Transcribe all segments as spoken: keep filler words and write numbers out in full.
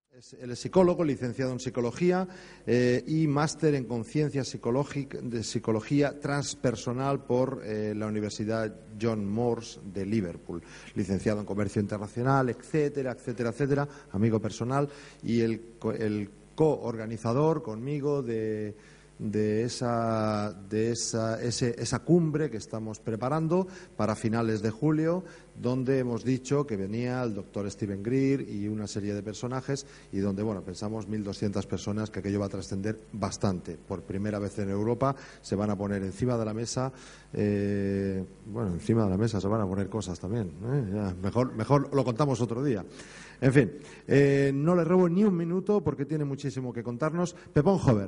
Él es psicólogo, licenciado en psicología eh, y máster en conciencia de psicología transpersonal por eh, la Universidad John Moores de Liverpool, licenciado en comercio internacional, etcétera, etcétera, etcétera, amigo personal y el, el coorganizador conmigo de, de, esa, de esa, ese, esa cumbre que estamos preparando para finales de julio, donde hemos dicho que venía el doctor Steven Greer y una serie de personajes y donde, bueno, pensamos mil doscientas personas, que aquello va a trascender bastante. Por primera vez en Europa se van a poner encima de la mesa, eh, bueno, encima de la mesa se van a poner cosas también, ¿eh? Ya, mejor, mejor lo contamos otro día. En fin, eh, no le robo ni un minuto porque tiene muchísimo que contarnos. Pepón Jover.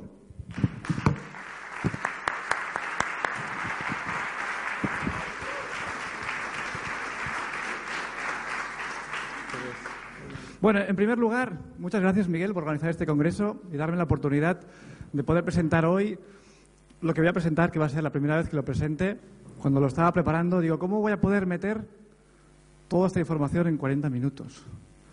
Bueno, en primer lugar, muchas gracias, Miguel, por organizar este congreso y darme la oportunidad de poder presentar hoy lo que voy a presentar, que va a ser la primera vez que lo presente. Cuando lo estaba preparando, digo, ¿cómo voy a poder meter toda esta información en cuarenta minutos?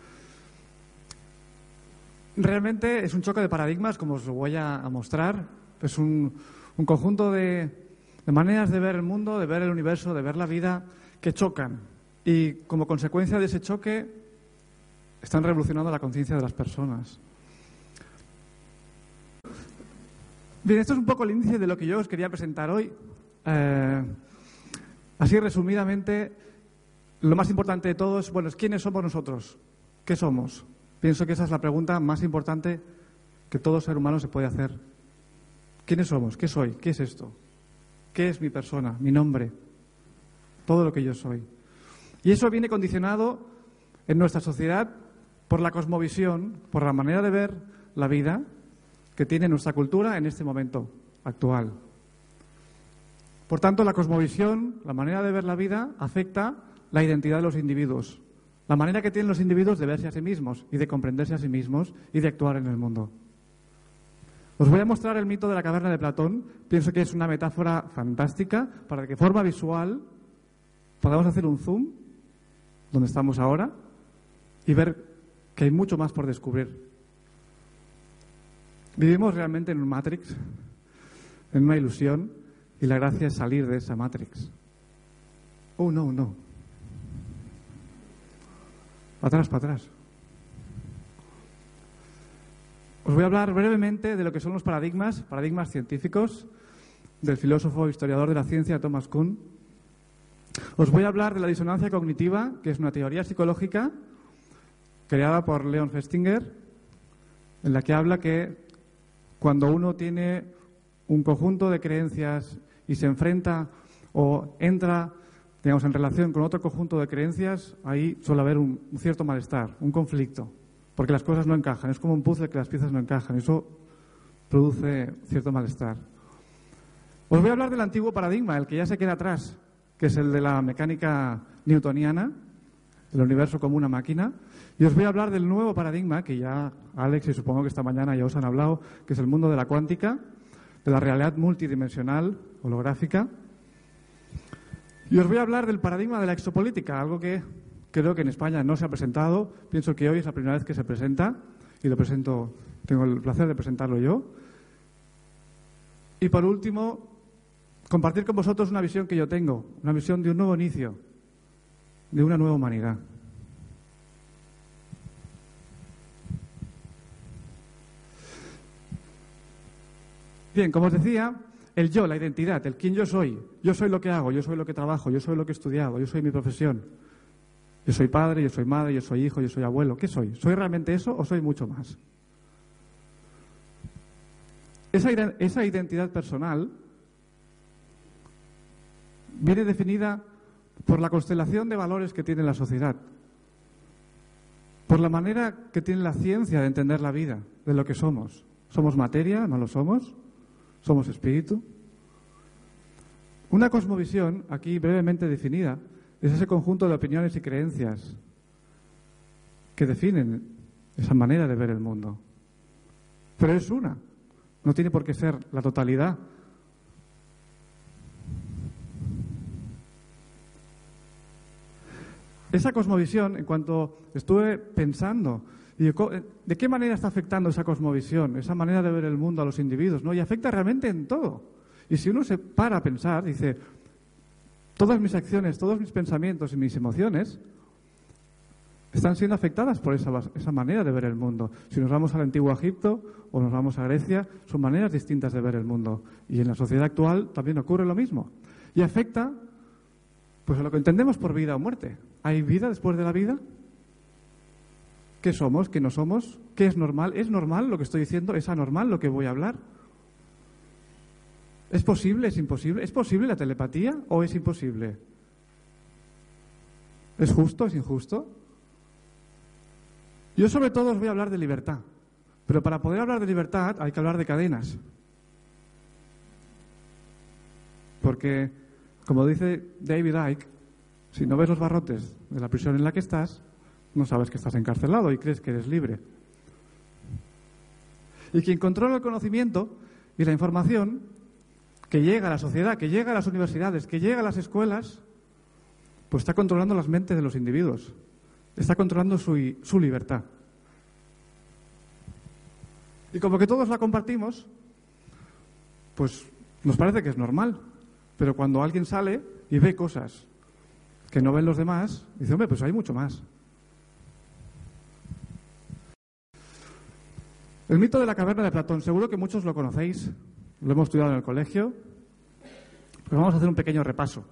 Realmente es un choque de paradigmas, como os lo voy a mostrar. Es un, un conjunto de, de maneras de ver el mundo, de ver el universo, de ver la vida, que chocan. Y como consecuencia de ese choque, están revolucionando la conciencia de las personas. Bien, esto es un poco el índice de lo que yo os quería presentar hoy. Eh, así resumidamente, lo más importante de todo es, bueno, ¿quiénes somos nosotros? ¿Qué somos? Pienso que esa es la pregunta más importante que todo ser humano se puede hacer. ¿Quiénes somos? ¿Qué soy? ¿Qué es esto? ¿Qué es mi persona? ¿Mi nombre? Todo lo que yo soy. Y eso viene condicionado en nuestra sociedad por la cosmovisión, por la manera de ver la vida que tiene nuestra cultura en este momento actual. Por tanto, la cosmovisión, la manera de ver la vida, afecta la identidad de los individuos, la manera que tienen los individuos de verse a sí mismos y de comprenderse a sí mismos y de actuar en el mundo. Os voy a mostrar el mito de la caverna de Platón. Pienso que es una metáfora fantástica para que de forma visual podamos hacer un zoom donde estamos ahora y ver que hay mucho más por descubrir. Vivimos realmente en un Matrix, en una ilusión, y la gracia es salir de esa Matrix. Oh, no, no. Para atrás, para atrás. Os voy a hablar brevemente de lo que son los paradigmas, paradigmas científicos, del filósofo e historiador de la ciencia Thomas Kuhn. Os voy a hablar de la disonancia cognitiva, que es una teoría psicológica creada por Leon Festinger, en la que habla que cuando uno tiene un conjunto de creencias y se enfrenta o entra, digamos, en relación con otro conjunto de creencias, ahí suele haber un, un cierto malestar, un conflicto, porque las cosas no encajan. Es como un puzzle que las piezas no encajan. Eso produce cierto malestar. Os voy a hablar del antiguo paradigma, el que ya se queda atrás, que es el de la mecánica newtoniana, el universo como una máquina. Y os voy a hablar del nuevo paradigma, que ya Alex y supongo que esta mañana ya os han hablado, que es el mundo de la cuántica, de la realidad multidimensional, holográfica. Y os voy a hablar del paradigma de la exopolítica, algo que creo que en España no se ha presentado. Pienso que hoy es la primera vez que se presenta y lo presento, tengo el placer de presentarlo yo. Y por último, compartir con vosotros una visión que yo tengo, una visión de un nuevo inicio, de una nueva humanidad. Bien, como os decía, el yo, la identidad, el quién yo soy. Yo soy lo que hago, yo soy lo que trabajo, yo soy lo que he estudiado, yo soy mi profesión. Yo soy padre, yo soy madre, yo soy hijo, yo soy abuelo. ¿Qué soy? ¿Soy realmente eso o soy mucho más? Esa, esa identidad personal viene definida por la constelación de valores que tiene la sociedad, por la manera que tiene la ciencia de entender la vida, de lo que somos. ¿Somos materia? ¿No lo somos? ¿Somos espíritu? Una cosmovisión, aquí brevemente definida, es ese conjunto de opiniones y creencias que definen esa manera de ver el mundo. Pero es una, no tiene por qué ser la totalidad. Esa cosmovisión, en cuanto estuve pensando ¿Y de, de qué manera está afectando esa cosmovisión, esa manera de ver el mundo a los individuos, ¿no? Y afecta realmente en todo. Y si uno se para a pensar, dice, todas mis acciones, todos mis pensamientos y mis emociones están siendo afectadas por esa, esa manera de ver el mundo. Si nos vamos al antiguo Egipto o nos vamos a Grecia, son maneras distintas de ver el mundo. Y en la sociedad actual también ocurre lo mismo. Y afecta pues a lo que entendemos por vida o muerte. ¿Hay vida después de la vida? ¿Qué somos? ¿Qué no somos? ¿Qué es normal? ¿Es normal lo que estoy diciendo? ¿Es anormal lo que voy a hablar? ¿Es posible? ¿Es imposible? ¿Es posible la telepatía o es imposible? ¿Es justo? ¿Es injusto? Yo sobre todo os voy a hablar de libertad, pero para poder hablar de libertad hay que hablar de cadenas. Porque, como dice David Icke, si no ves los barrotes de la prisión en la que estás, no sabes que estás encarcelado y crees que eres libre. Y quien controla el conocimiento y la información que llega a la sociedad, que llega a las universidades, que llega a las escuelas, pues está controlando las mentes de los individuos. Está controlando su, su libertad. Y como que todos la compartimos, pues nos parece que es normal. Pero cuando alguien sale y ve cosas que no ven los demás, dice, hombre, pues hay mucho más. El mito de la caverna de Platón, seguro que muchos lo conocéis, lo hemos estudiado en el colegio, pero vamos a hacer un pequeño repaso.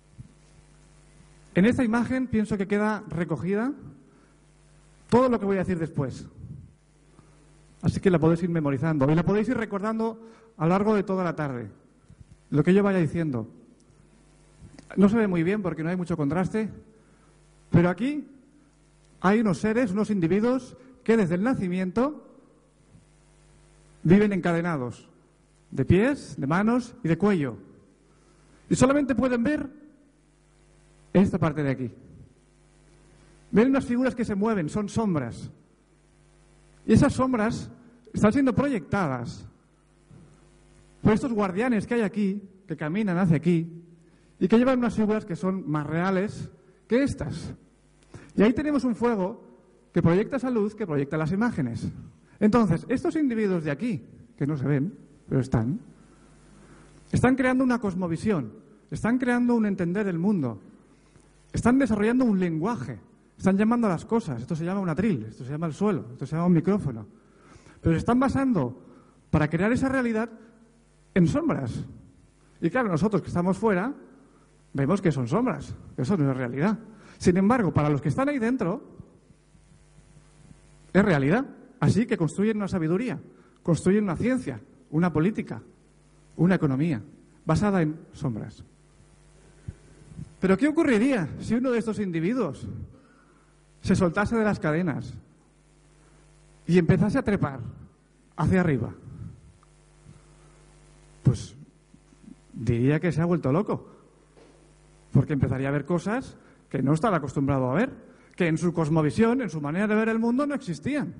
En esta imagen pienso que queda recogida todo lo que voy a decir después. Así que la podéis ir memorizando y la podéis ir recordando a lo largo de toda la tarde. Lo que yo vaya diciendo. No se ve muy bien porque no hay mucho contraste, pero aquí hay unos seres, unos individuos que desde el nacimiento viven encadenados, de pies, de manos y de cuello. Y solamente pueden ver esta parte de aquí. Ven unas figuras que se mueven, son sombras. Y esas sombras están siendo proyectadas por estos guardianes que hay aquí, que caminan hacia aquí, y que llevan unas figuras que son más reales que estas. Y ahí tenemos un fuego que proyecta esa luz, que proyecta las imágenes. Entonces, estos individuos de aquí, que no se ven, pero están, están creando una cosmovisión, están creando un entender del mundo, están desarrollando un lenguaje, están llamando a las cosas. Esto se llama un atril, esto se llama el suelo, esto se llama un micrófono. Pero se están basando para crear esa realidad en sombras. Y claro, nosotros que estamos fuera, vemos que son sombras, que eso no es realidad. Sin embargo, para los que están ahí dentro, es realidad. Así que construyen una sabiduría, construyen una ciencia, una política, una economía, basada en sombras. Pero ¿qué ocurriría si uno de estos individuos se soltase de las cadenas y empezase a trepar hacia arriba? Pues diría que se ha vuelto loco, porque empezaría a ver cosas que no estaba acostumbrado a ver, que en su cosmovisión, en su manera de ver el mundo, no existían.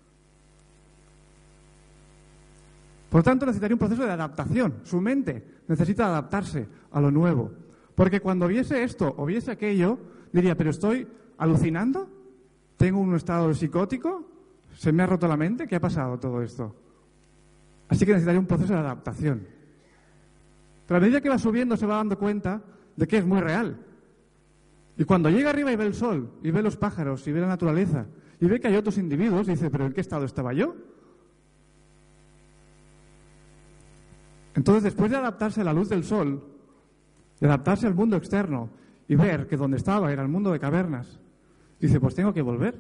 Por tanto, necesitaría un proceso de adaptación. Su mente necesita adaptarse a lo nuevo. Porque cuando viese esto o viese aquello, diría, ¿pero estoy alucinando? ¿Tengo un estado psicótico? ¿Se me ha roto la mente? ¿Qué ha pasado todo esto? Así que necesitaría un proceso de adaptación. Pero a medida que va subiendo se va dando cuenta de que es muy real. Y cuando llega arriba y ve el sol, y ve los pájaros, y ve la naturaleza, y ve que hay otros individuos, dice, ¿pero en qué estado estaba yo? Entonces, después de adaptarse a la luz del sol, de adaptarse al mundo externo, y ver que donde estaba era el mundo de cavernas, dice, pues tengo que volver.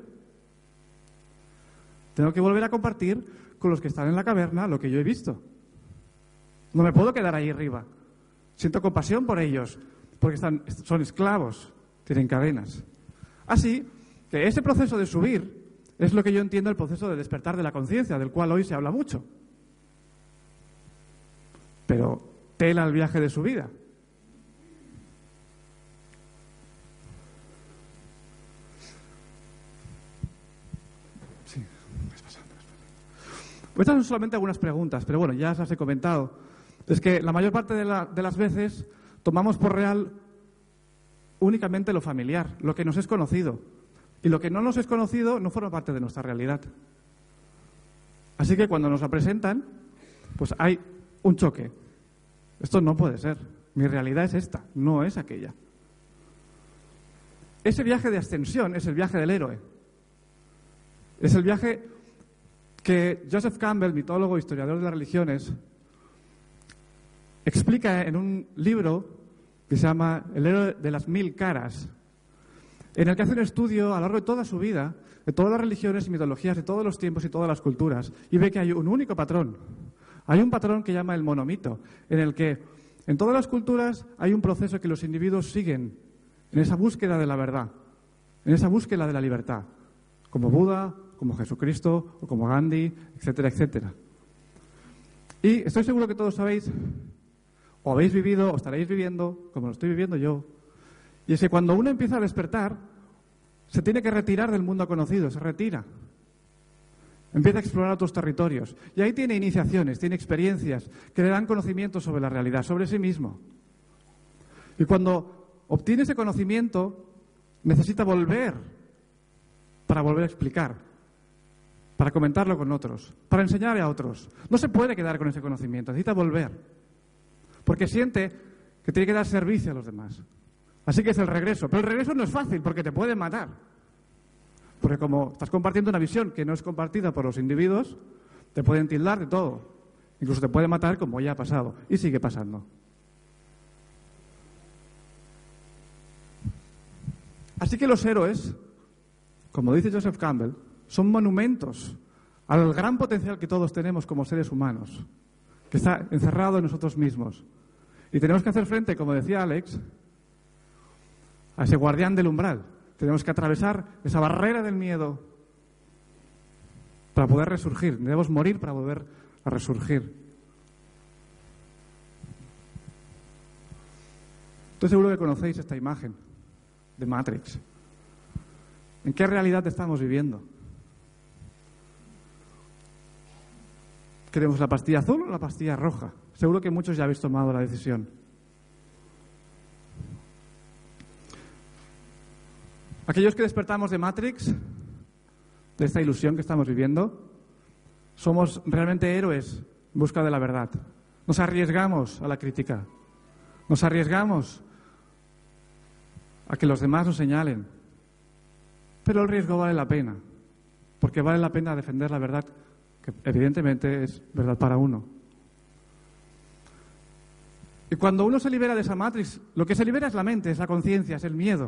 Tengo que volver a compartir con los que están en la caverna lo que yo he visto. No me puedo quedar ahí arriba. Siento compasión por ellos, porque están, son esclavos, tienen cadenas. Así que ese proceso de subir es lo que yo entiendo el proceso de despertar de la conciencia, del cual hoy se habla mucho. Pero tela el viaje de su vida. Sí, vas pasando, vas pasando. Pues estas son solamente algunas preguntas, pero bueno, ya las he comentado. Es que la mayor parte de, la, de las veces tomamos por real únicamente lo familiar, lo que nos es conocido. Y lo que no nos es conocido no forma parte de nuestra realidad. Así que cuando nos la presentan, pues hay un choque. Esto no puede ser. Mi realidad es esta, no es aquella. Ese viaje de ascensión es el viaje del héroe. Es el viaje que Joseph Campbell, mitólogo e historiador de las religiones, explica en un libro que se llama El héroe de las mil caras, en el que hace un estudio a lo largo de toda su vida de todas las religiones y mitologías de todos los tiempos y todas las culturas, y ve que hay un único patrón. Hay un patrón que llama el monomito, en el que en todas las culturas hay un proceso que los individuos siguen en esa búsqueda de la verdad, en esa búsqueda de la libertad, como Buda, como Jesucristo, o como Gandhi, etcétera, etcétera. Y estoy seguro que todos sabéis, o habéis vivido, o estaréis viviendo, como lo estoy viviendo yo, y es que cuando uno empieza a despertar, se tiene que retirar del mundo conocido, se retira. Empieza a explorar otros territorios. Y ahí tiene iniciaciones, tiene experiencias que le dan conocimiento sobre la realidad, sobre sí mismo. Y cuando obtiene ese conocimiento, necesita volver para volver a explicar, para comentarlo con otros, para enseñar a otros. No se puede quedar con ese conocimiento, necesita volver. Porque siente que tiene que dar servicio a los demás. Así que es el regreso. Pero el regreso no es fácil porque te pueden matar. Porque como estás compartiendo una visión que no es compartida por los individuos, te pueden tildar de todo. Incluso te pueden matar como ya ha pasado. Y sigue pasando. Así que los héroes, como dice Joseph Campbell, son monumentos al gran potencial que todos tenemos como seres humanos, que está encerrado en nosotros mismos. Y tenemos que hacer frente, como decía Alex, a ese guardián del umbral. Tenemos que atravesar esa barrera del miedo para poder resurgir. Debemos morir para volver a resurgir. Estoy seguro que conocéis esta imagen de Matrix. ¿En qué realidad estamos viviendo? ¿Queremos la pastilla azul o la pastilla roja? Seguro que muchos ya habéis tomado la decisión. Aquellos que despertamos de Matrix, de esta ilusión que estamos viviendo, somos realmente héroes en busca de la verdad. Nos arriesgamos a la crítica. Nos arriesgamos a que los demás nos señalen. Pero el riesgo vale la pena, porque vale la pena defender la verdad, que evidentemente es verdad para uno. Y cuando uno se libera de esa Matrix, lo que se libera es la mente, es la conciencia, es el miedo.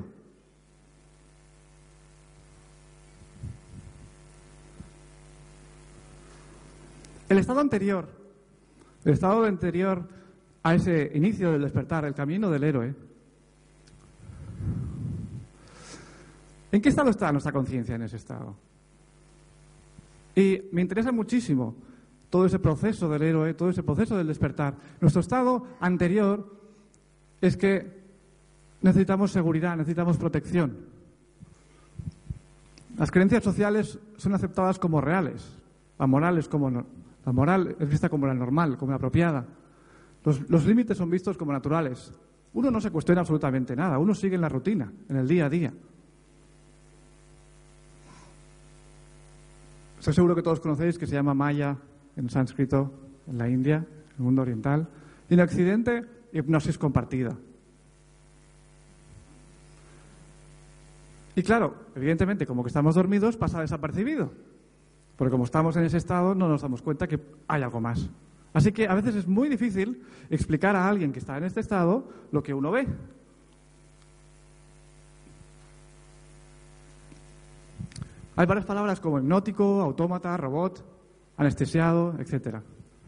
El estado anterior, el estado anterior a ese inicio del despertar, el camino del héroe, ¿en qué estado está nuestra conciencia en ese estado? Y me interesa muchísimo todo ese proceso del héroe, todo ese proceso del despertar. Nuestro estado anterior es que necesitamos seguridad, necesitamos protección. Las creencias sociales son aceptadas como reales, la moral es como no. La moral es vista como la normal, como la apropiada. Los, los límites son vistos como naturales. Uno no se cuestiona absolutamente nada, uno sigue en la rutina, en el día a día. Estoy seguro que todos conocéis que se llama Maya en sánscrito, en la India, en el mundo oriental. Y en Occidente, hipnosis compartida. Y claro, evidentemente, como que estamos dormidos, pasa desapercibido. Porque como estamos en ese estado, no nos damos cuenta que hay algo más. Así que a veces es muy difícil explicar a alguien que está en este estado lo que uno ve. Hay varias palabras como hipnótico, autómata, robot, anestesiado, etcétera.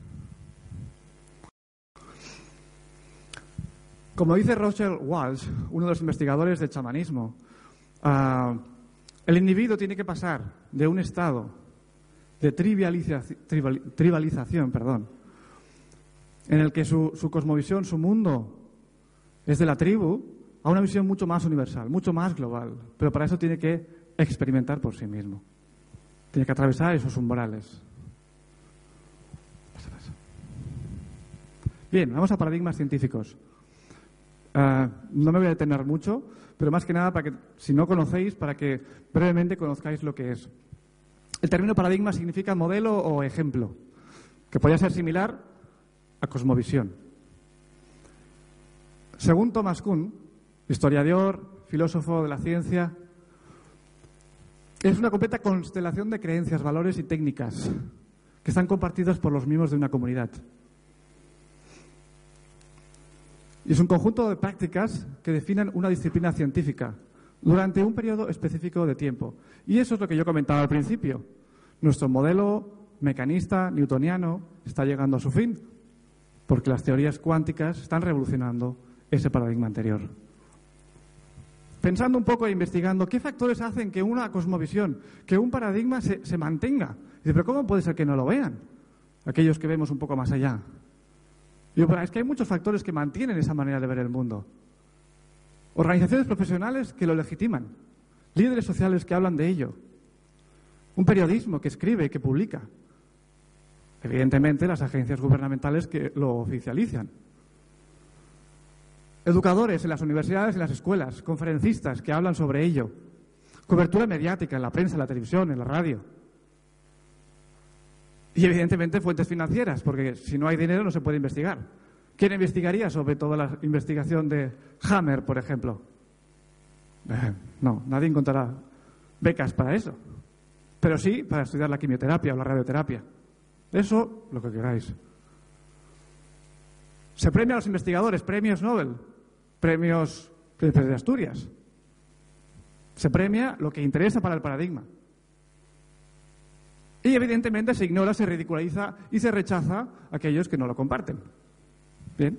Como dice Rochelle Walsh, uno de los investigadores del chamanismo, uh, el individuo tiene que pasar de un estado de trivialización, tribalización, perdón, en el que su, su cosmovisión, su mundo es de la tribu, a una visión mucho más universal, mucho más global. Pero para eso tiene que experimentar por sí mismo. Tiene que atravesar esos umbrales. Pasa, pasa. Bien, vamos a paradigmas científicos. Uh, no me voy a detener mucho, pero más que nada para que, si no conocéis, para que brevemente conozcáis lo que es. El término paradigma significa modelo o ejemplo, que podría ser similar a cosmovisión. Según Thomas Kuhn, historiador, filósofo de la ciencia, es una completa constelación de creencias, valores y técnicas que están compartidos por los miembros de una comunidad. Y es un conjunto de prácticas que definen una disciplina científica durante un periodo específico de tiempo. Y eso es lo que yo comentaba al principio. Nuestro modelo mecanista, newtoniano, está llegando a su fin, porque las teorías cuánticas están revolucionando ese paradigma anterior. Pensando un poco e investigando, ¿qué factores hacen que una cosmovisión, que un paradigma se, se mantenga? Dice, pero ¿cómo puede ser que no lo vean aquellos que vemos un poco más allá? Digo, pero es que hay muchos factores que mantienen esa manera de ver el mundo. Organizaciones profesionales que lo legitiman, líderes sociales que hablan de ello, un periodismo que escribe, que publica, evidentemente las agencias gubernamentales que lo oficializan, educadores en las universidades y en las escuelas, conferencistas que hablan sobre ello, cobertura mediática en la prensa, en la televisión, en la radio. Y evidentemente fuentes financieras, porque si no hay dinero no se puede investigar. ¿Quién investigaría sobre toda la investigación de Hammer, por ejemplo? Eh, no, nadie encontrará becas para eso. Pero sí para estudiar la quimioterapia o la radioterapia. Eso, lo que queráis. Se premia a los investigadores, premios Nobel, premios Príncipes de Asturias. Se premia lo que interesa para el paradigma. Y evidentemente se ignora, se ridiculiza y se rechaza a aquellos que no lo comparten. Bien.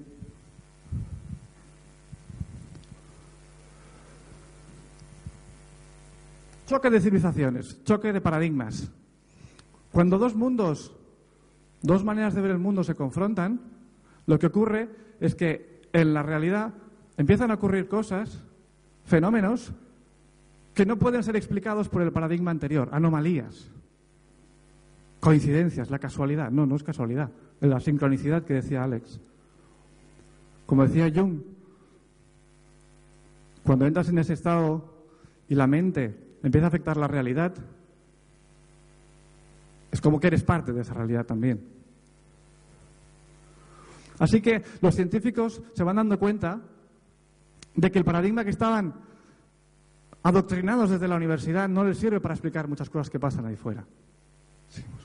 Choque de civilizaciones, choque de paradigmas. Cuando dos mundos, dos maneras de ver el mundo se confrontan, lo que ocurre es que en la realidad empiezan a ocurrir cosas, fenómenos, que no pueden ser explicados por el paradigma anterior, anomalías, coincidencias, la casualidad. No, no es casualidad, es la sincronicidad que decía Alex. Como decía Jung, cuando entras en ese estado y la mente empieza a afectar la realidad, es como que eres parte de esa realidad también. Así que los científicos se van dando cuenta de que el paradigma que estaban adoctrinados desde la universidad no les sirve para explicar muchas cosas que pasan ahí fuera. Seguimos.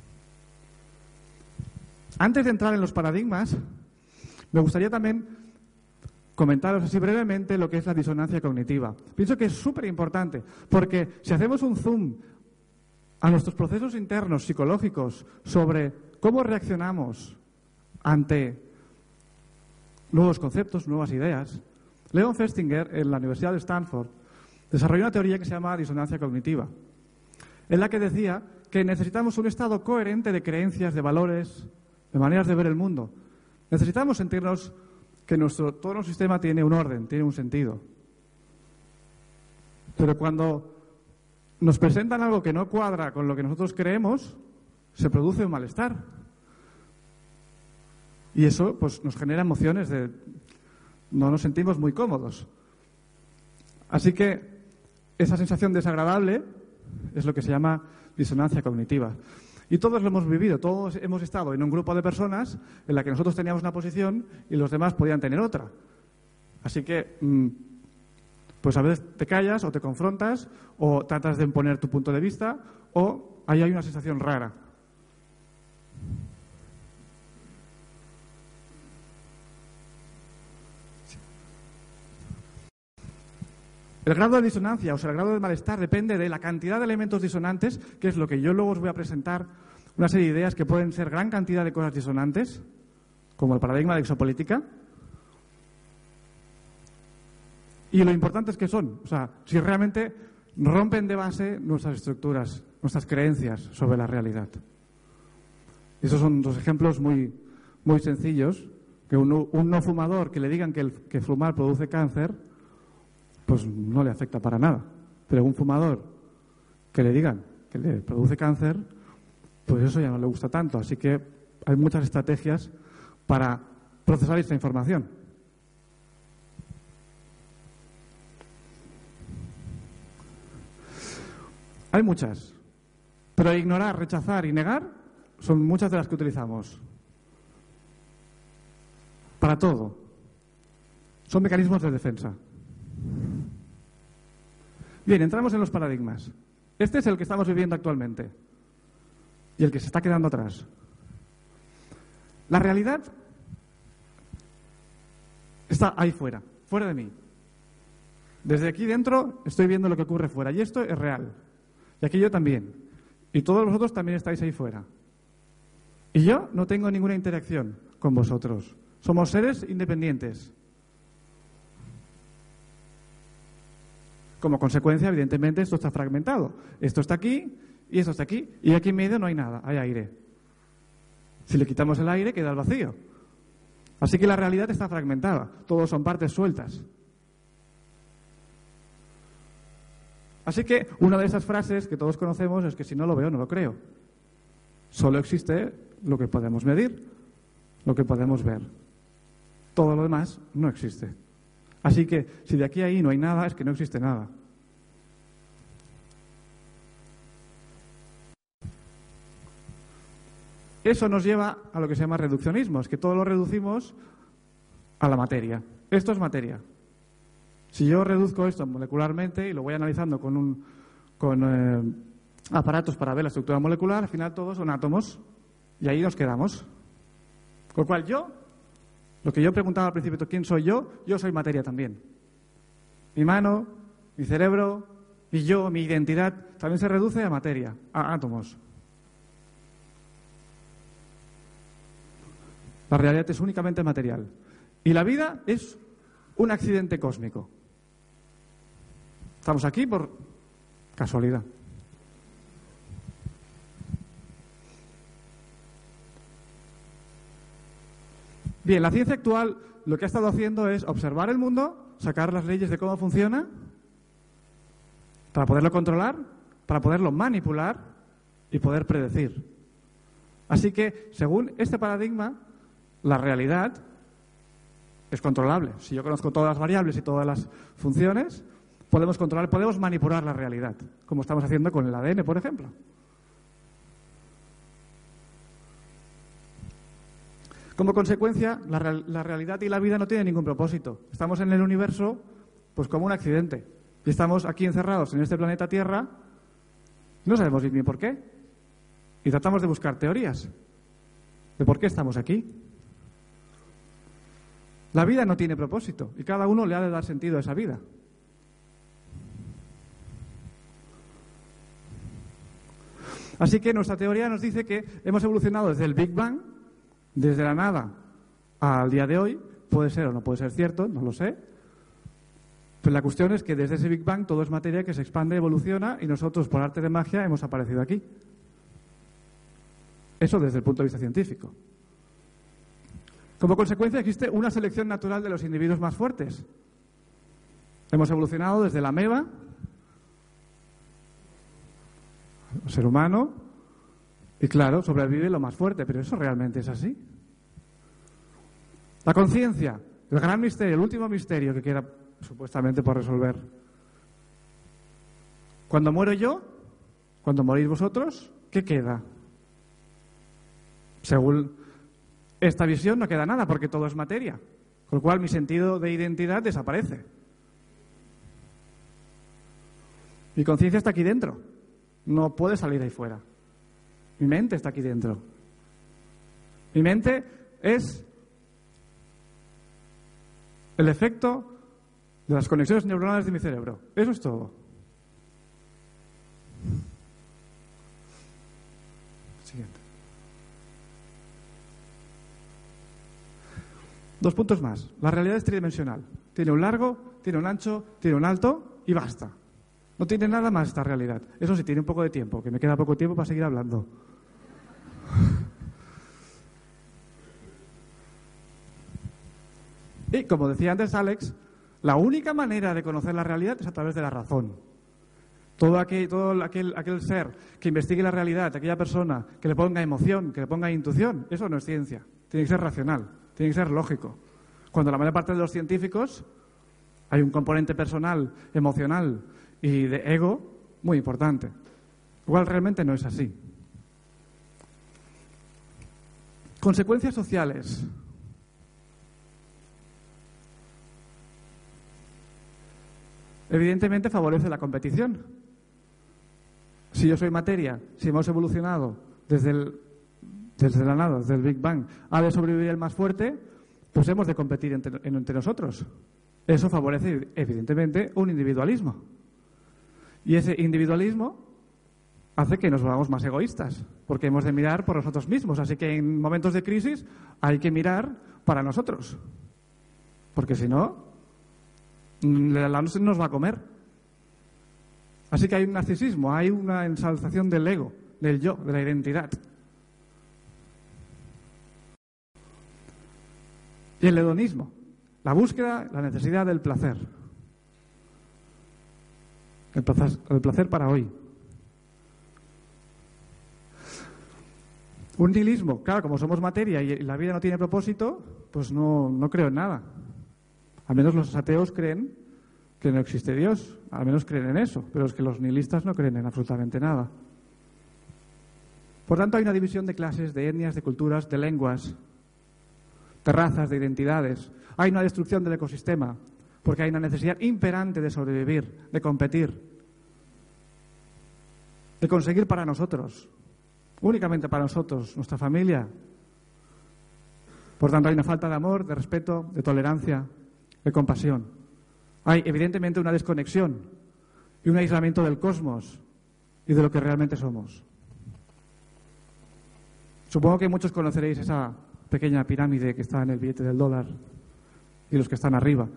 Antes de entrar en los paradigmas, me gustaría también comentaros así brevemente lo que es la disonancia cognitiva. Pienso que es súper importante, porque si hacemos un zoom a nuestros procesos internos psicológicos sobre cómo reaccionamos ante nuevos conceptos, nuevas ideas, Leon Festinger, en la Universidad de Stanford, desarrolló una teoría que se llama disonancia cognitiva, en la que decía que necesitamos un estado coherente de creencias, de valores, de maneras de ver el mundo. Necesitamos sentirnos que nuestro, todo nuestro sistema tiene un orden, tiene un sentido. Pero cuando nos presentan algo que no cuadra con lo que nosotros creemos, se produce un malestar. Y eso pues, nos genera emociones de... no nos sentimos muy cómodos. Así que esa sensación desagradable es lo que se llama disonancia cognitiva. Y todos lo hemos vivido, todos hemos estado en un grupo de personas en la que nosotros teníamos una posición y los demás podían tener otra. Así que, pues a veces te callas o te confrontas o tratas de imponer tu punto de vista o ahí hay una sensación rara. El grado de disonancia, o sea, el grado de malestar, depende de la cantidad de elementos disonantes, que es lo que yo luego os voy a presentar, una serie de ideas que pueden ser gran cantidad de cosas disonantes, como el paradigma de exopolítica. Y lo importante es que son, o sea, si realmente rompen de base nuestras estructuras, nuestras creencias sobre la realidad. Esos son dos ejemplos muy, muy sencillos, que un, un no fumador que le digan que, el, que fumar produce cáncer, pues no le afecta para nada. Pero un fumador que le digan que le produce cáncer, pues eso ya no le gusta tanto. Así que hay muchas estrategias para procesar esta información. Hay muchas. Pero ignorar, rechazar y negar son muchas de las que utilizamos. Para todo. Son mecanismos de defensa. Bien, entramos en los paradigmas. Este es el que estamos viviendo actualmente y el que se está quedando atrás. La realidad está ahí fuera, fuera de mí. Desde aquí dentro estoy viendo lo que ocurre fuera y esto es real. Y aquí yo también. Y todos vosotros también estáis ahí fuera. Y yo no tengo ninguna interacción con vosotros. Somos seres independientes. Como consecuencia, evidentemente, esto está fragmentado. Esto está aquí y esto está aquí. Y aquí en medio no hay nada, hay aire. Si le quitamos el aire, queda el vacío. Así que la realidad está fragmentada. Todos son partes sueltas. Así que una de esas frases que todos conocemos es que si no lo veo, no lo creo. Solo existe lo que podemos medir, lo que podemos ver. Todo lo demás no existe. Así que si de aquí a ahí no hay nada, es que no existe nada. Eso nos lleva a lo que se llama reduccionismo, es que todo lo reducimos a la materia. Esto es materia. Si yo reduzco esto molecularmente y lo voy analizando con, un, con eh, aparatos para ver la estructura molecular, al final todos son átomos y ahí nos quedamos. Con lo cual yo, lo que yo preguntaba al principio, ¿quién soy yo? Yo soy materia también. Mi mano, mi cerebro, mi yo, mi identidad, también se reduce a materia, a átomos. La realidad es únicamente material. Y la vida es un accidente cósmico. Estamos aquí por casualidad. Bien, la ciencia actual lo que ha estado haciendo es observar el mundo, sacar las leyes de cómo funciona, para poderlo controlar, para poderlo manipular y poder predecir. Así que, según este paradigma, la realidad es controlable. Si yo conozco todas las variables y todas las funciones, podemos controlar, podemos manipular la realidad, como estamos haciendo con el A D N, por ejemplo. Como consecuencia, la, real, la realidad y la vida no tienen ningún propósito. Estamos en el universo pues como un accidente. Y estamos aquí encerrados en este planeta Tierra, no sabemos bien por qué. Y tratamos de buscar teorías de por qué estamos aquí. La vida no tiene propósito y cada uno le ha de dar sentido a esa vida. Así que nuestra teoría nos dice que hemos evolucionado desde el Big Bang, desde la nada al día de hoy. Puede ser o no puede ser cierto, no lo sé. Pero la cuestión es que desde ese Big Bang todo es materia que se expande, evoluciona y nosotros, por arte de magia, hemos aparecido aquí. Eso desde el punto de vista científico. Como consecuencia existe una selección natural de los individuos más fuertes. Hemos evolucionado desde la ameba, el ser humano, y claro, sobrevive lo más fuerte, pero ¿eso realmente es así? La conciencia, el gran misterio, el último misterio que queda supuestamente por resolver. Cuando muero yo, cuando morís vosotros, ¿qué queda? Según esta visión no queda nada porque todo es materia, con lo cual mi sentido de identidad desaparece. Mi conciencia está aquí dentro, no puede salir ahí fuera. Mi mente está aquí dentro. Mi mente es el efecto de las conexiones neuronales de mi cerebro. Eso es todo. Siguiente. Dos puntos más. La realidad es tridimensional. Tiene un largo, tiene un ancho, tiene un alto y basta. No tiene nada más esta realidad. Eso sí, tiene un poco de tiempo, que me queda poco tiempo para seguir hablando. Y, como decía antes Alex, la única manera de conocer la realidad es a través de la razón. Todo aquel, todo aquel, aquel ser que investigue la realidad, aquella persona que le ponga emoción, que le ponga intuición, eso no es ciencia. Tiene que ser racional, tiene que ser lógico. Cuando la mayor parte de los científicos hay un componente personal, emocional y de ego muy importante. Igual realmente no es así. Consecuencias sociales. Evidentemente favorece la competición. Si yo soy materia, si hemos evolucionado desde, el, desde la nada, desde el Big Bang, ha de sobrevivir el más fuerte, pues hemos de competir entre, entre nosotros. Eso favorece, evidentemente, un individualismo. Y ese individualismo hace que nos volvamos más egoístas, porque hemos de mirar por nosotros mismos. Así que en momentos de crisis hay que mirar para nosotros. Porque si no, la luz nos va a comer. Así que hay un narcisismo, hay una ensalzación del ego, del yo, de la identidad. Y el hedonismo, la búsqueda, la necesidad del placer. El placer, el placer para hoy. Un nihilismo, claro, como somos materia y la vida no tiene propósito, pues no, no creo en nada. Al menos los ateos creen que no existe Dios, al menos creen en eso, pero es que los nihilistas no creen en absolutamente nada. Por tanto, hay una división de clases, de etnias, de culturas, de lenguas, de razas, de identidades. Hay una destrucción del ecosistema, porque hay una necesidad imperante de sobrevivir, de competir, de conseguir para nosotros, únicamente para nosotros, nuestra familia. Por tanto, hay una falta de amor, de respeto, de tolerancia, de compasión. Hay, evidentemente, una desconexión y un aislamiento del cosmos y de lo que realmente somos. Supongo que muchos conoceréis esa pequeña pirámide que está en el billete del dólar y los que están arriba.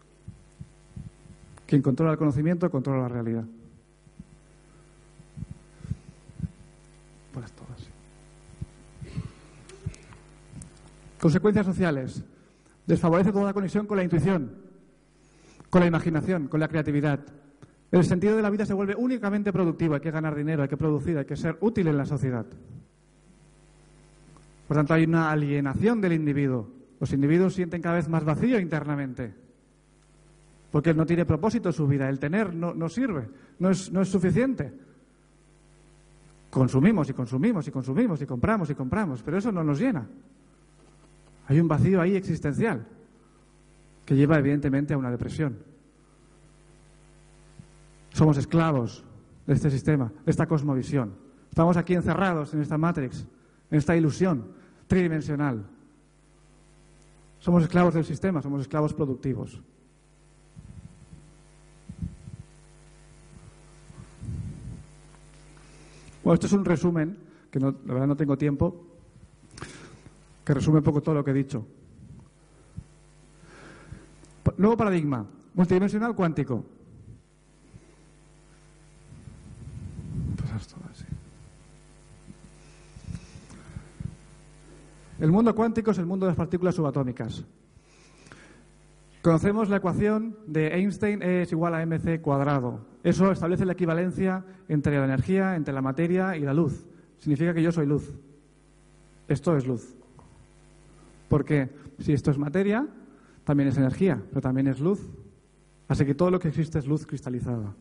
Quien controla el conocimiento, controla la realidad. Pues todas. Consecuencias sociales. Desfavorece toda la conexión con la intuición, con la imaginación, con la creatividad. El sentido de la vida se vuelve únicamente productivo. Hay que ganar dinero, hay que producir, hay que ser útil en la sociedad. Por tanto, hay una alienación del individuo. Los individuos sienten cada vez más vacío internamente, porque no tiene propósito su vida. El tener no, no sirve, no es, no es suficiente. Consumimos y consumimos y consumimos y compramos y compramos, pero eso no nos llena. Hay un vacío ahí existencial que lleva evidentemente a una depresión. Somos esclavos de este sistema, de esta cosmovisión. Estamos aquí encerrados en esta Matrix, en esta ilusión tridimensional. Somos esclavos del sistema, somos esclavos productivos. Bueno, esto es un resumen, que no, la verdad no tengo tiempo, que resume un poco todo lo que he dicho. Nuevo paradigma, multidimensional cuántico. Pues esto así. El mundo cuántico es el mundo de las partículas subatómicas. Conocemos la ecuación de Einstein, E es igual a mc cuadrado. Eso establece la equivalencia entre la energía, entre la materia y la luz. Significa que yo soy luz. Esto es luz. Porque si esto es materia, también es energía, pero también es luz. Así que todo lo que existe es luz cristalizada.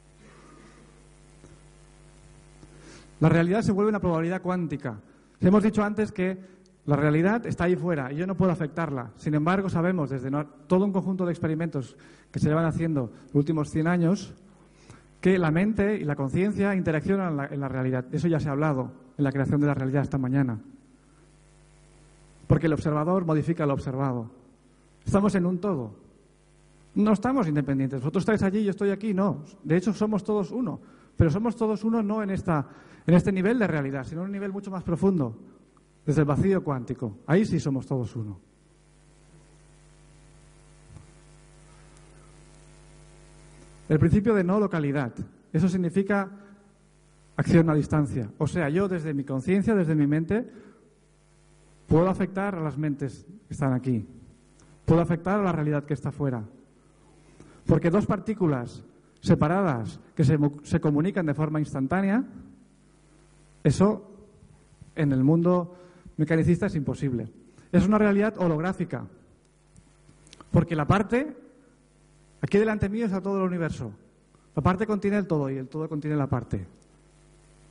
La realidad se vuelve una probabilidad cuántica. Hemos dicho antes que la realidad está ahí fuera y yo no puedo afectarla. Sin embargo, sabemos desde no, todo un conjunto de experimentos que se llevan haciendo los últimos cien años que la mente y la conciencia interaccionan en la, en la realidad. De eso ya se ha hablado en la creación de la realidad esta mañana. Porque el observador modifica lo observado. Estamos en un todo. No estamos independientes. Vosotros estáis allí y yo estoy aquí. No. De hecho, somos todos uno. Pero somos todos uno no en, esta, en este nivel de realidad, sino en un nivel mucho más profundo. Desde el vacío cuántico. Ahí sí somos todos uno. El principio de no localidad. Eso significa acción a distancia. O sea, yo desde mi conciencia, desde mi mente, puedo afectar a las mentes que están aquí. Puedo afectar a la realidad que está fuera. Porque dos partículas separadas que se, se comunican de forma instantánea, eso en el mundo mecanicista es imposible. Es una realidad holográfica. Porque la parte, aquí delante mío está todo el universo. La parte contiene el todo y el todo contiene la parte.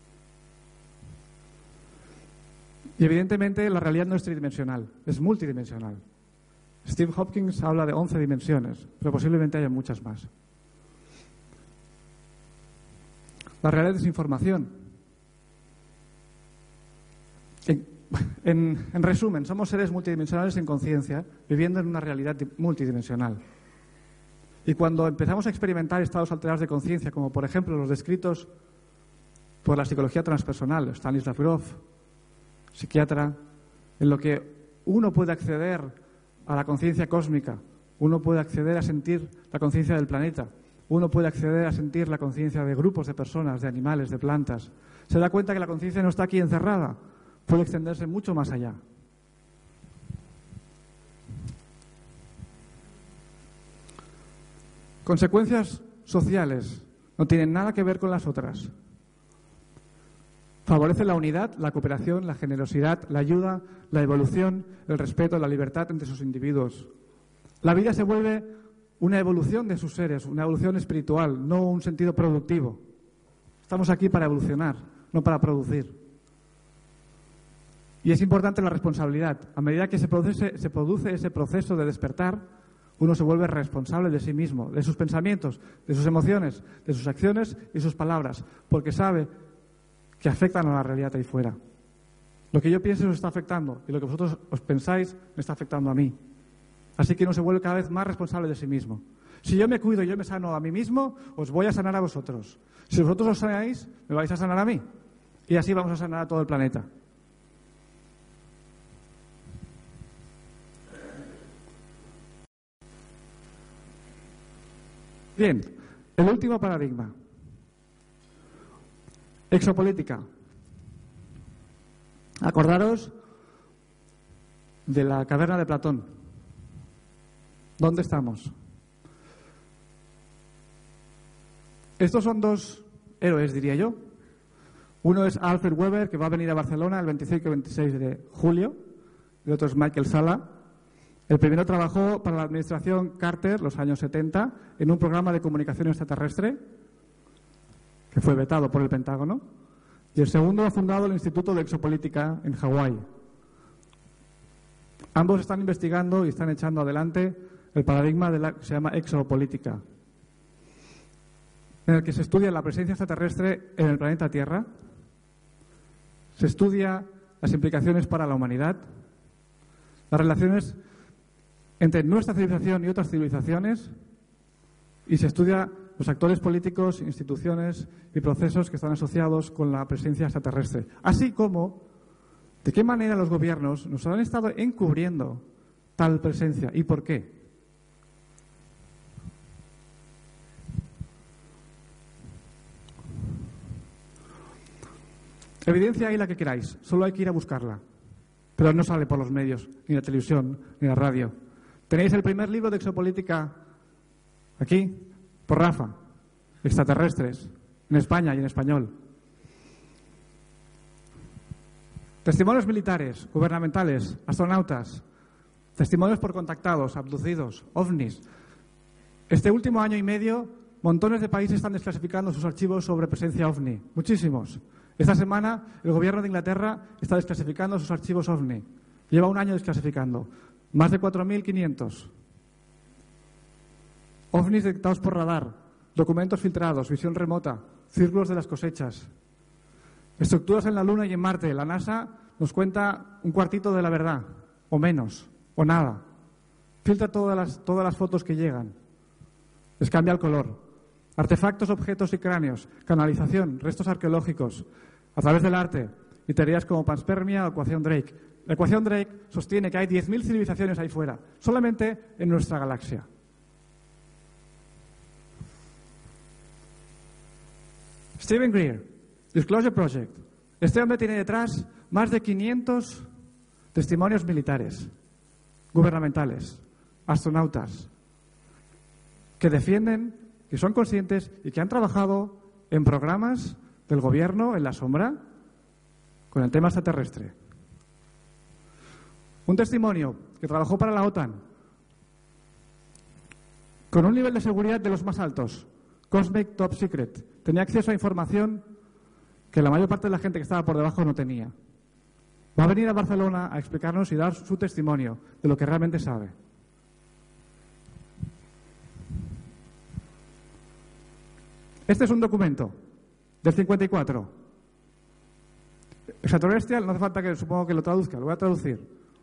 Y evidentemente la realidad no es tridimensional, es multidimensional. Steve Hopkins habla de once dimensiones, pero posiblemente haya muchas más. La realidad es información. En, en, en resumen, somos seres multidimensionales en conciencia, viviendo en una realidad multidimensional. Y cuando empezamos a experimentar estados alterados de conciencia, como por ejemplo los descritos por la psicología transpersonal, Stanislav Grof, psiquiatra, en lo que uno puede acceder a la conciencia cósmica, uno puede acceder a sentir la conciencia del planeta, uno puede acceder a sentir la conciencia de grupos de personas, de animales, de plantas. Se da cuenta que la conciencia no está aquí encerrada, puede extenderse mucho más allá. Consecuencias sociales no tienen nada que ver con las otras. Favorece la unidad, la cooperación, la generosidad, la ayuda, la evolución, el respeto, la libertad entre sus individuos. La vida se vuelve una evolución de sus seres, una evolución espiritual, no un sentido productivo. Estamos aquí para evolucionar, no para producir. Y es importante la responsabilidad. A medida que se produce, se produce ese proceso de despertar, uno se vuelve responsable de sí mismo, de sus pensamientos, de sus emociones, de sus acciones y sus palabras, porque sabe que afectan a la realidad ahí fuera. Lo que yo pienso os está afectando y lo que vosotros os pensáis me está afectando a mí. Así que uno se vuelve cada vez más responsable de sí mismo. Si yo me cuido y yo me sano a mí mismo, os voy a sanar a vosotros. Si vosotros os sanáis, me vais a sanar a mí. Y así vamos a sanar a todo el planeta. Bien, el último paradigma. Exopolítica. Acordaros de la caverna de Platón. ¿Dónde estamos? Estos son dos héroes, diría yo. Uno es Alfred Weber, que va a venir a Barcelona el veinticinco y veintiséis de julio. El otro es Michael Salla. El primero trabajó para la administración Carter, los años setenta, en un programa de comunicación extraterrestre que fue vetado por el Pentágono. Y el segundo ha fundado el Instituto de Exopolítica en Hawái. Ambos están investigando y están echando adelante el paradigma de la que se llama exopolítica, en el que se estudia la presencia extraterrestre en el planeta Tierra, se estudia las implicaciones para la humanidad, las relaciones entre nuestra civilización y otras civilizaciones, y se estudia los actores políticos, instituciones y procesos que están asociados con la presencia extraterrestre, así como de qué manera los gobiernos nos han estado encubriendo tal presencia y por qué. Evidencia hay la que queráis, solo hay que ir a buscarla, pero no sale por los medios, ni la televisión, ni la radio. Tenéis el primer libro de exopolítica aquí, por Rafa, extraterrestres, en España y en español. Testimonios militares, gubernamentales, astronautas, testimonios por contactados, abducidos, ovnis. Este último año y medio, montones de países están desclasificando sus archivos sobre presencia ovni, muchísimos. Esta semana el gobierno de Inglaterra está desclasificando sus archivos ovni. Lleva un año desclasificando. Más de cuatro mil quinientos. Ovnis detectados por radar, documentos filtrados, visión remota, círculos de las cosechas. Estructuras en la Luna y en Marte. La NASA nos cuenta un cuartito de la verdad, o menos, o nada. Filtra todas las, todas las fotos que llegan. Les cambia el color. Artefactos, objetos y cráneos, canalización, restos arqueológicos, a través del arte, y teorías como panspermia o ecuación Drake. La ecuación Drake sostiene que hay diez mil civilizaciones ahí fuera, solamente en nuestra galaxia. Stephen Greer, Disclosure Project. Este hombre tiene detrás más de quinientos testimonios militares, gubernamentales, astronautas, que defienden, que son conscientes y que han trabajado en programas del gobierno en la sombra con el tema extraterrestre. Un testimonio que trabajó para la OTAN con un nivel de seguridad de los más altos, Cosmic Top Secret. Tenía acceso a información que la mayor parte de la gente que estaba por debajo no tenía. Va a venir a Barcelona a explicarnos y dar su testimonio de lo que realmente sabe. Este es un documento del cincuenta y cuatro. Extraterrestrial, no hace falta que supongo que lo traduzca, lo voy a traducir.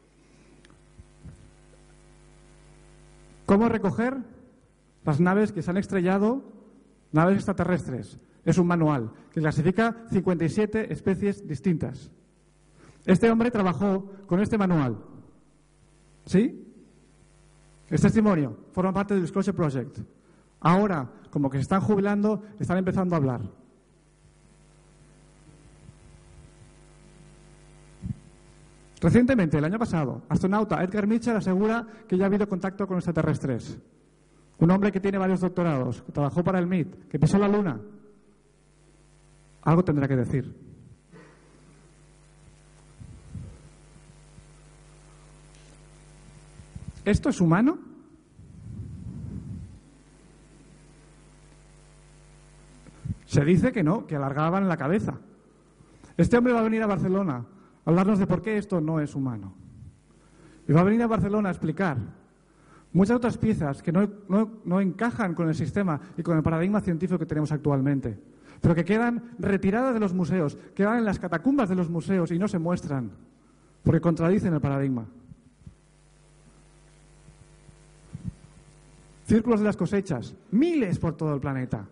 ¿Cómo recoger las naves que se han estrellado, naves extraterrestres? Es un manual que clasifica cincuenta y siete especies distintas. Este hombre trabajó con este manual. ¿Sí? Es testimonio, forma parte del Disclosure Project. Ahora, como que se están jubilando, están empezando a hablar. Recientemente, el año pasado, astronauta Edgar Mitchell asegura que ya ha habido contacto con extraterrestres. Un hombre que tiene varios doctorados, que trabajó para el M I T, que pisó la Luna. Algo tendrá que decir. ¿Esto es humano? Se dice que no, que alargaban la cabeza. Este hombre va a venir a Barcelona a hablarnos de por qué esto no es humano. Y va a venir a Barcelona a explicar muchas otras piezas que no, no, no encajan con el sistema y con el paradigma científico que tenemos actualmente, pero que quedan retiradas de los museos, quedan en las catacumbas de los museos y no se muestran, porque contradicen el paradigma. Círculos de las cosechas, miles por todo el planeta.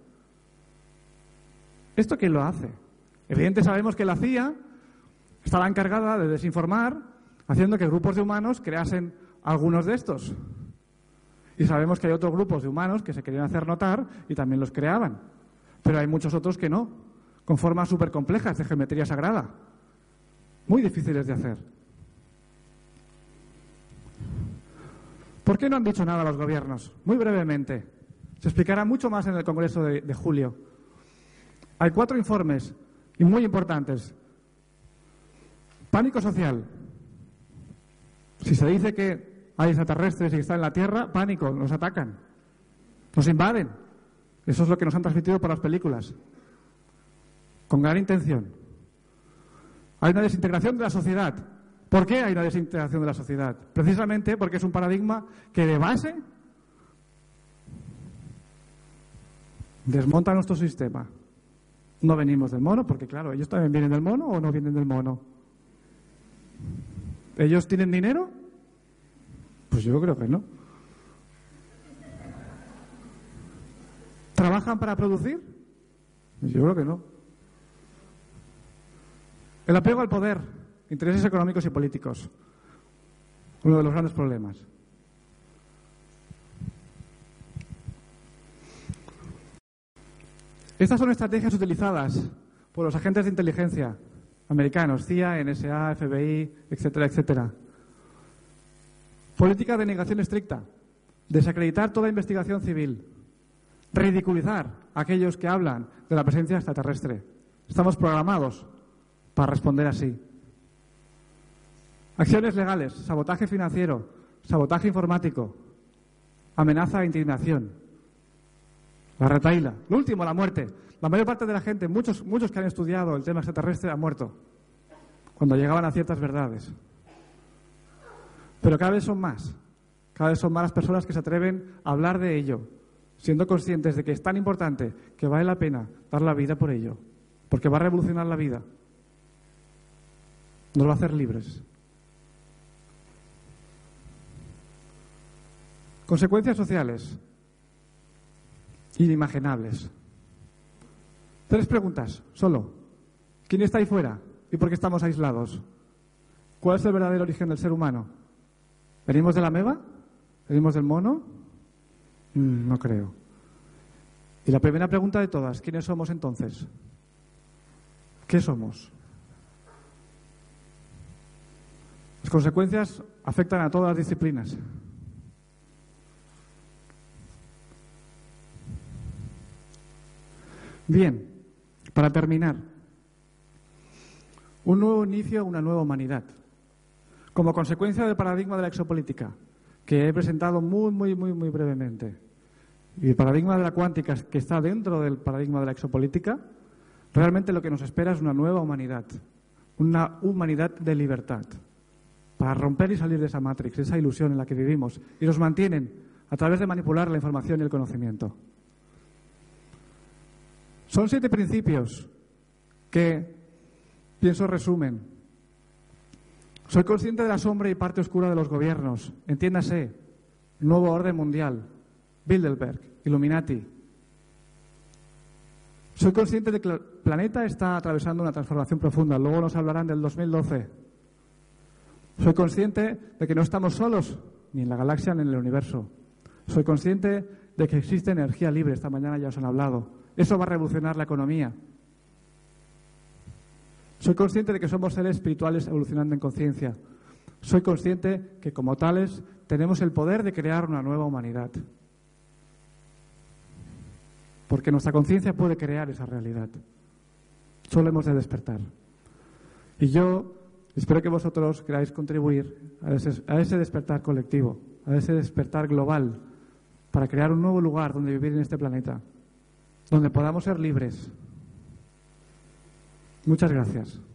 ¿Esto quién lo hace? Evidentemente sabemos que la C I A estaba encargada de desinformar, haciendo que grupos de humanos creasen algunos de estos. Y sabemos que hay otros grupos de humanos que se querían hacer notar y también los creaban. Pero hay muchos otros que no, con formas súper complejas de geometría sagrada. Muy difíciles de hacer. ¿Por qué no han dicho nada los gobiernos? Muy brevemente. Se explicará mucho más en el Congreso de, de julio. Hay cuatro informes, y muy importantes. Pánico social. Si se dice que hay extraterrestres y que están en la Tierra, pánico, nos atacan, nos invaden. Eso es lo que nos han transmitido por las películas, con gran intención. Hay una desintegración de la sociedad. ¿Por qué hay una desintegración de la sociedad? Precisamente porque es un paradigma que de base desmonta nuestro sistema. No venimos del mono, porque claro, ellos también vienen del mono o no vienen del mono. ¿Ellos tienen dinero? Pues yo creo que no. ¿Trabajan para producir? Pues yo creo que no. El apego al poder, intereses económicos y políticos. Uno de los grandes problemas. Estas son estrategias utilizadas por los agentes de inteligencia americanos, C I A, N S A, F B I, etcétera, etcétera. Política de negación estricta, desacreditar toda investigación civil, ridiculizar a aquellos que hablan de la presencia extraterrestre. Estamos programados para responder así. Acciones legales, sabotaje financiero, sabotaje informático, amenaza e intimidación. La retahíla. Lo último, la muerte. La mayor parte de la gente, muchos, muchos que han estudiado el tema extraterrestre han muerto cuando llegaban a ciertas verdades. Pero cada vez son más. Cada vez son más las personas que se atreven a hablar de ello, siendo conscientes de que es tan importante que vale la pena dar la vida por ello, porque va a revolucionar la vida. Nos va a hacer libres. Consecuencias sociales inimaginables. Tres preguntas, solo. ¿Quién está ahí fuera? ¿Y por qué estamos aislados? ¿Cuál es el verdadero origen del ser humano? ¿Venimos de la ameba? ¿Venimos del mono? Mm, no creo. Y la primera pregunta de todas, ¿quiénes somos entonces? ¿Qué somos? Las consecuencias afectan a todas las disciplinas. Bien, para terminar, un nuevo inicio, una nueva humanidad. Como consecuencia del paradigma de la exopolítica, que he presentado muy, muy, muy, muy brevemente, y el paradigma de la cuántica que está dentro del paradigma de la exopolítica, realmente lo que nos espera es una nueva humanidad, una humanidad de libertad, para romper y salir de esa matrix, de esa ilusión en la que vivimos, y nos mantienen a través de manipular la información y el conocimiento. Son siete principios que, pienso, resumen. Soy consciente de la sombra y parte oscura de los gobiernos. Entiéndase, nuevo orden mundial, Bilderberg, Illuminati. Soy consciente de que el planeta está atravesando una transformación profunda. Luego nos hablarán del dos mil doce. Soy consciente de que no estamos solos, ni en la galaxia ni en el universo. Soy consciente de que existe energía libre. Esta mañana ya os han hablado. Eso va a revolucionar la economía. Soy consciente de que somos seres espirituales evolucionando en conciencia. Soy consciente que, como tales, tenemos el poder de crear una nueva humanidad. Porque nuestra conciencia puede crear esa realidad. Solo hemos de despertar. Y yo espero que vosotros queráis contribuir a ese, a ese despertar colectivo, a ese despertar global, para crear un nuevo lugar donde vivir en este planeta, donde podamos ser libres. Muchas gracias.